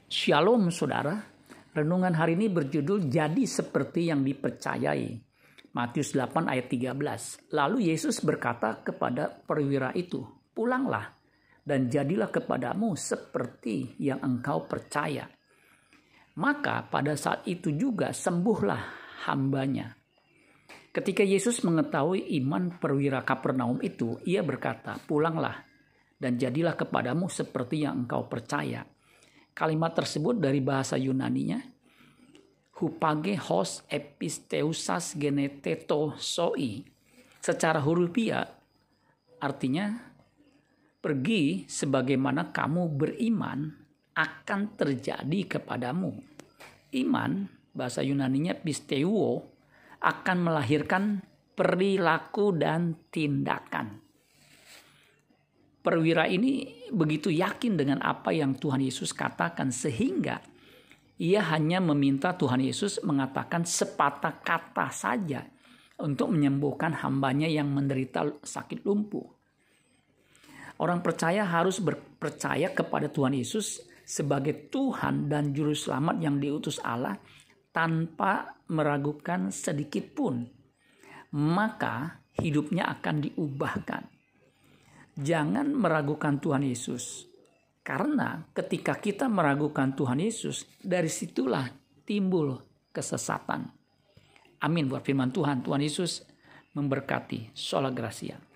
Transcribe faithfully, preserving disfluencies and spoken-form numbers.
Shalom saudara, renungan hari ini berjudul Jadi Seperti Yang Dipercayai. Matius delapan ayat tiga belas. Lalu Yesus berkata kepada perwira itu, pulanglah dan jadilah kepadamu seperti yang engkau percaya. Maka pada saat itu juga sembuhlah hambanya. Ketika Yesus mengetahui iman perwira Kapernaum itu, ia berkata, pulanglah dan jadilah kepadamu seperti yang engkau percaya. Kalimat tersebut dari bahasa Yunaninya, hupage hos episteusas geneteto soi. Secara hurufiah artinya, pergi sebagaimana kamu beriman akan terjadi kepadamu. Iman, bahasa Yunaninya pisteuo, akan melahirkan perilaku dan tindakan. Perwira ini begitu yakin dengan apa yang Tuhan Yesus katakan sehingga ia hanya meminta Tuhan Yesus mengatakan sepatah kata saja untuk menyembuhkan hambanya yang menderita sakit lumpuh. Orang percaya harus berpercaya kepada Tuhan Yesus sebagai Tuhan dan Juru Selamat yang diutus Allah tanpa meragukan sedikit pun. Maka hidupnya akan diubahkan. Jangan meragukan Tuhan Yesus. Karena ketika kita meragukan Tuhan Yesus, dari situlah timbul kesesatan. Amin buat firman Tuhan. Tuhan Yesus memberkati. Sola Gracia.